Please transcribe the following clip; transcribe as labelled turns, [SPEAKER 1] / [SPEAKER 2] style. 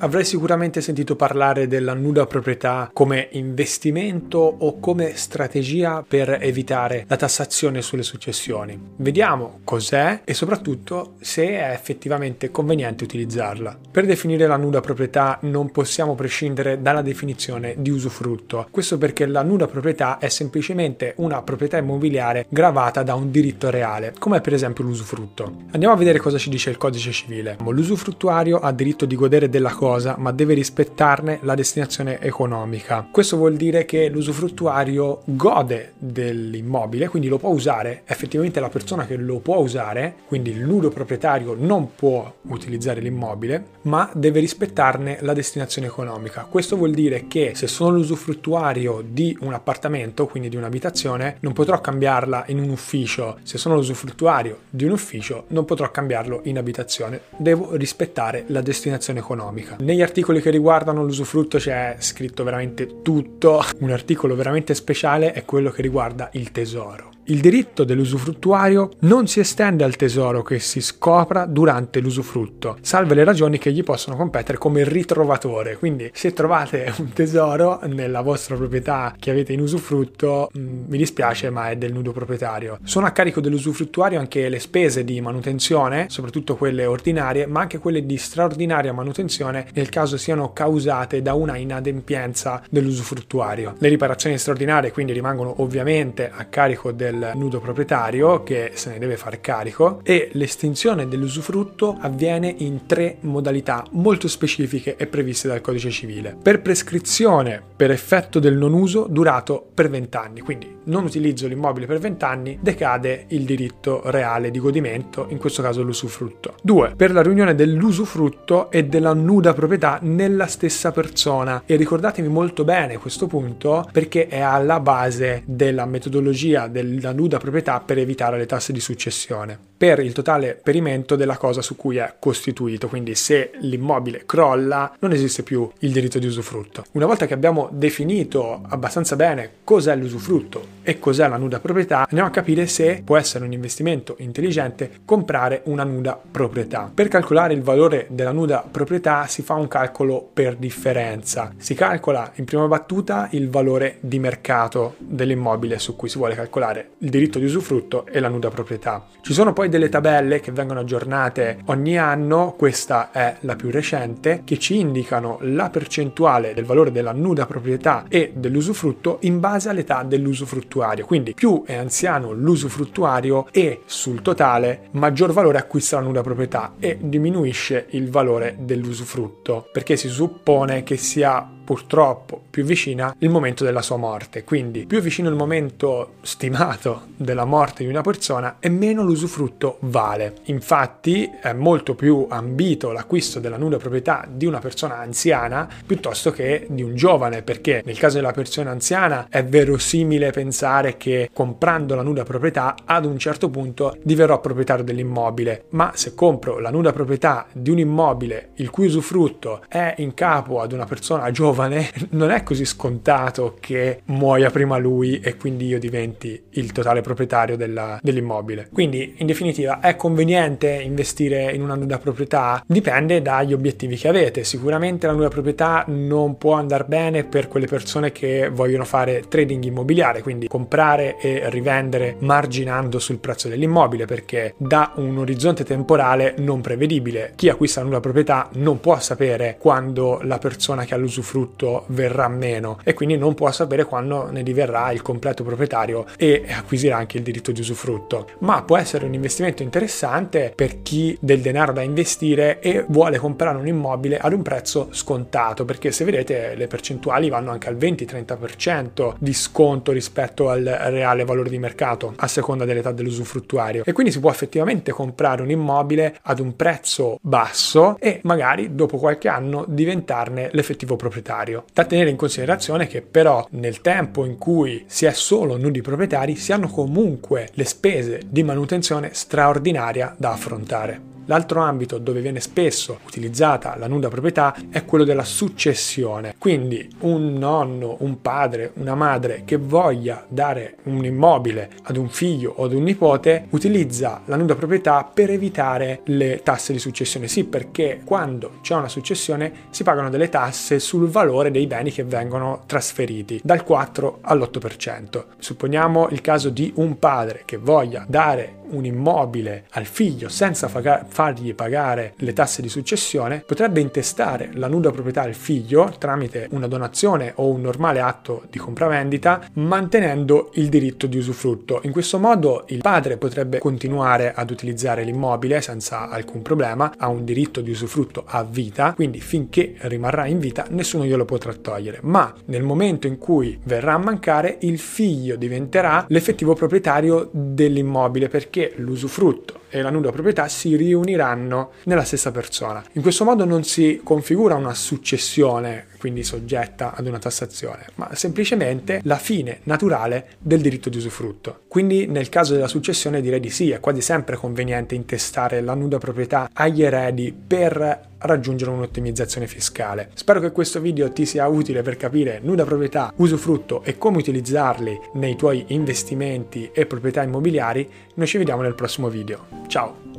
[SPEAKER 1] Avrai sicuramente sentito parlare della nuda proprietà come investimento o come strategia per evitare la tassazione sulle successioni. Vediamo cos'è e soprattutto se è effettivamente conveniente utilizzarla. Per definire la nuda proprietà non possiamo prescindere dalla definizione di usufrutto. Questo perché la nuda proprietà è semplicemente una proprietà immobiliare gravata da un diritto reale, come per esempio l'usufrutto. Andiamo a vedere cosa ci dice il codice civile. L'usufruttuario ha diritto di godere della cosa, ma deve rispettarne la destinazione economica. Questo vuol dire che l'usufruttuario gode dell'immobile, quindi lo può usare, effettivamente la persona che lo può usare, quindi il nudo proprietario non può utilizzare l'immobile, ma deve rispettarne la destinazione economica. Questo vuol dire che se sono l'usufruttuario di un appartamento, quindi di un'abitazione, non potrò cambiarla in un ufficio. Se sono l'usufruttuario di un ufficio, non potrò cambiarlo in abitazione. Devo rispettare la destinazione economica. Negli articoli che riguardano l'usufrutto c'è scritto veramente tutto. Un articolo veramente speciale è quello che riguarda il tesoro. Il diritto dell'usufruttuario non si estende al tesoro che si scopra durante l'usufrutto, salve le ragioni che gli possono competere come ritrovatore. Quindi se trovate un tesoro nella vostra proprietà che avete in usufrutto, mi dispiace, ma è del nudo proprietario. Sono a carico dell'usufruttuario anche le spese di manutenzione, soprattutto quelle ordinarie, ma anche quelle di straordinaria manutenzione nel caso siano causate da una inadempienza dell'usufruttuario. Le riparazioni straordinarie quindi rimangono ovviamente a carico del nudo proprietario, che se ne deve far carico, e l'estinzione dell'usufrutto avviene in 3 modalità molto specifiche e previste dal codice civile. Per prescrizione per effetto del non uso durato per 20 anni, quindi non utilizzo l'immobile per 20 anni, decade il diritto reale di godimento, in questo caso l'usufrutto. 2. Per la riunione dell'usufrutto e della nuda proprietà nella stessa persona, e ricordatevi molto bene questo punto perché è alla base della metodologia della nuda proprietà per evitare le tasse di successione, per il totale perimento della cosa su cui è costituito. Quindi se l'immobile crolla non esiste più il diritto di usufrutto. Una volta che abbiamo definito abbastanza bene cos'è l'usufrutto e cos'è la nuda proprietà, andiamo a capire se può essere un investimento intelligente comprare una nuda proprietà. Per calcolare il valore della nuda proprietà si fa un calcolo per differenza. Si calcola in prima battuta il valore di mercato dell'immobile su cui si vuole calcolare il diritto di usufrutto e la nuda proprietà. Ci sono poi delle tabelle che vengono aggiornate ogni anno, questa è la più recente, che ci indicano la percentuale del valore della nuda proprietà e dell'usufrutto in base all'età dell'usufruttuario. Quindi più è anziano l'usufruttuario e sul totale maggior valore acquista la nuda proprietà e diminuisce il valore dell'usufrutto, perché si suppone che sia purtroppo più vicina il momento della sua morte. Quindi più è vicino il momento stimato della morte di una persona e meno l'usufrutto vale. Infatti è molto più ambito l'acquisto della nuda proprietà di una persona anziana piuttosto che di un giovane, perché nel caso della persona anziana è verosimile pensare che comprando la nuda proprietà ad un certo punto diverrò proprietario dell'immobile, ma se compro la nuda proprietà di un immobile il cui usufrutto è in capo ad una persona giovane, non è così scontato che muoia prima lui e quindi io diventi il totale proprietario dell'immobile. Quindi in definitiva è conveniente investire in una nuda proprietà? Dipende dagli obiettivi che avete. Sicuramente la nuda proprietà non può andare bene per quelle persone che vogliono fare trading immobiliare, quindi comprare e rivendere marginando sul prezzo dell'immobile, perché da un orizzonte temporale non prevedibile. Chi acquista la nuda proprietà non può sapere quando la persona che ha l'usufrutto verrà meno e quindi non può sapere quando ne diverrà il completo proprietario e acquisirà anche il diritto di usufrutto. Ma può essere un investimento interessante per chi del denaro da investire e vuole comprare un immobile ad un prezzo scontato, perché se vedete le percentuali vanno anche al 20-30% di sconto rispetto al reale valore di mercato a seconda dell'età dell'usufruttuario, e quindi si può effettivamente comprare un immobile ad un prezzo basso e magari dopo qualche anno diventarne l'effettivo proprietario. Da tenere in considerazione che però nel tempo in cui si è solo nudi proprietari si hanno comunque le spese di manutenzione straordinaria da affrontare. L'altro ambito dove viene spesso utilizzata la nuda proprietà è quello della successione. Quindi un nonno, un padre, una madre che voglia dare un immobile ad un figlio o ad un nipote utilizza la nuda proprietà per evitare le tasse di successione. Sì, perché quando c'è una successione si pagano delle tasse sul valore dei beni che vengono trasferiti dal 4 all'8%. Supponiamo il caso di un padre che voglia dare un immobile al figlio senza fargli pagare le tasse di successione, potrebbe intestare la nuda proprietà al figlio tramite una donazione o un normale atto di compravendita, mantenendo il diritto di usufrutto. In questo modo il padre potrebbe continuare ad utilizzare l'immobile senza alcun problema, ha un diritto di usufrutto a vita, quindi finché rimarrà in vita nessuno glielo potrà togliere, ma nel momento in cui verrà a mancare il figlio diventerà l'effettivo proprietario dell'immobile, perché l'usufrutto e la nuda proprietà si riuniranno nella stessa persona. In questo modo non si configura una successione, quindi soggetta ad una tassazione, ma semplicemente la fine naturale del diritto di usufrutto. Quindi nel caso della successione direi di sì, è quasi sempre conveniente intestare la nuda proprietà agli eredi per raggiungere un'ottimizzazione fiscale. Spero che questo video ti sia utile per capire nuda proprietà, usufrutto e come utilizzarli nei tuoi investimenti e proprietà immobiliari. Noi ci vediamo nel prossimo video. Ciao!